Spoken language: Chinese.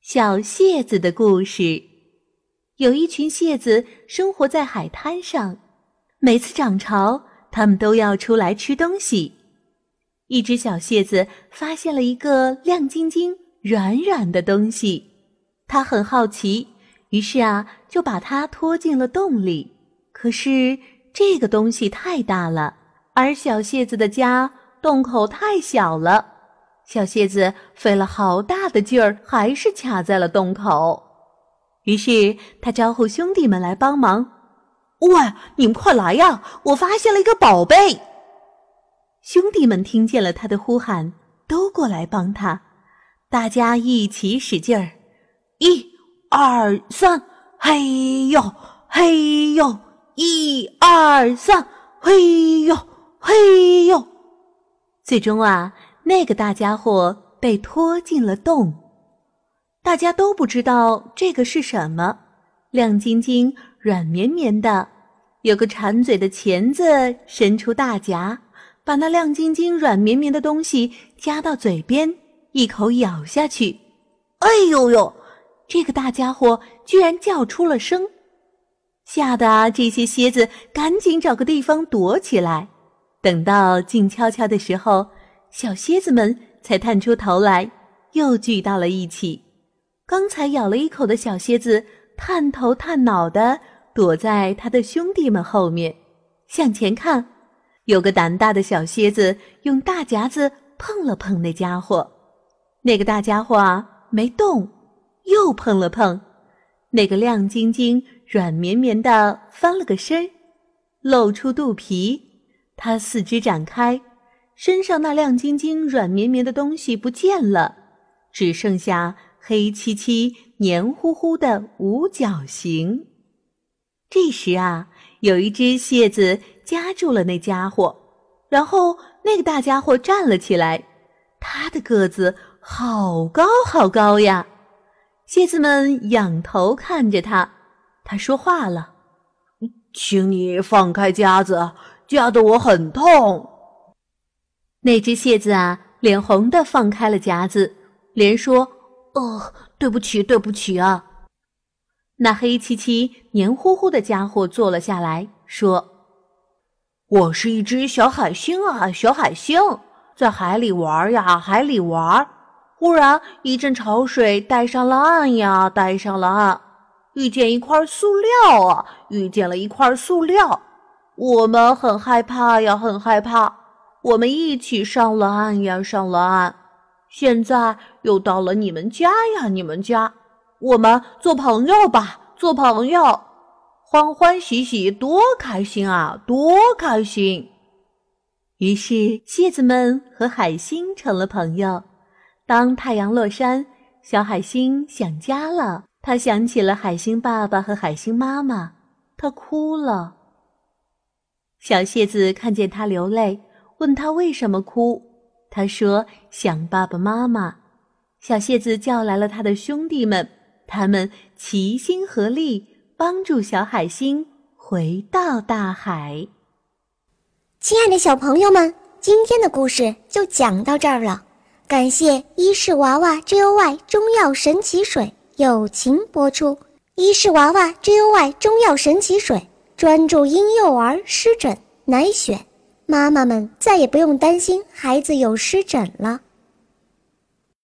小蟹子的故事。有一群蟹子生活在海滩上，每次涨潮，它们都要出来吃东西。一只小蟹子发现了一个亮晶晶、软软的东西，它很好奇，于是就把它拖进了洞里。可是这个东西太大了，而小蟹子的家洞口太小了。小蟹子费了好大的劲儿，还是卡在了洞口。于是他招呼兄弟们来帮忙。喂，你们快来呀，我发现了一个宝贝！兄弟们听见了他的呼喊，都过来帮他。大家一起使劲儿，1、2、3，嘿呦嘿呦，1、2、3，嘿呦嘿呦。最终那个大家伙被拖进了洞。大家都不知道这个是什么，亮晶晶、软绵绵的，有个馋嘴的钳子伸出大夹，把那亮晶晶、软绵绵的东西夹到嘴边，一口咬下去。哎呦呦！这个大家伙居然叫出了声，吓得这些蝎子赶紧找个地方躲起来。等到静悄悄的时候，小蝎子们才探出头来，又聚到了一起。刚才咬了一口的小蝎子探头探脑地躲在他的兄弟们后面，向前看。有个胆大的小蝎子用大夹子碰了碰那家伙，那个大家伙没动，又碰了碰。那个亮晶晶、软绵绵的翻了个身，露出肚皮。它四肢展开，身上那亮晶晶、软绵绵的东西不见了，只剩下黑漆漆、黏糊糊的五角形。这时有一只蟹子夹住了那家伙，然后那个大家伙站了起来，他的个子好高好高呀！蟹子们仰头看着他，他说话了：“ 请你放开夹子，夹得我很痛。” 那只蟹子脸红地放开了夹子，连说：“对不起，对不起啊。”那黑漆漆、黏糊糊的家伙坐了下来，说：“ 我是一只小海星小海星，在海里玩海里玩。忽然一阵潮水带上了岸带上了岸，遇见一块塑料遇见了一块塑料。我们很害怕很害怕，我们一起上了岸上了岸。现在又到了你们家你们家，我们做朋友吧，做朋友，欢欢喜喜，多开心多开心。” 于是蟹子们和海星成了朋友。当太阳落山，小海星想家了，他想起了海星爸爸和海星妈妈，他哭了。小蟹子看见他流泪，问他为什么哭。他说想爸爸妈妈。小蟹子叫来了他的兄弟们，他们齐心合力帮助小海星回到大海。 亲爱的小朋友们，今天的故事就讲到这儿了。感谢伊氏娃娃 JOY 中药神奇水友情播出。伊氏娃娃 JOY 中药神奇水专注婴幼儿湿疹奶癣，妈妈们再也不用担心孩子有湿疹了。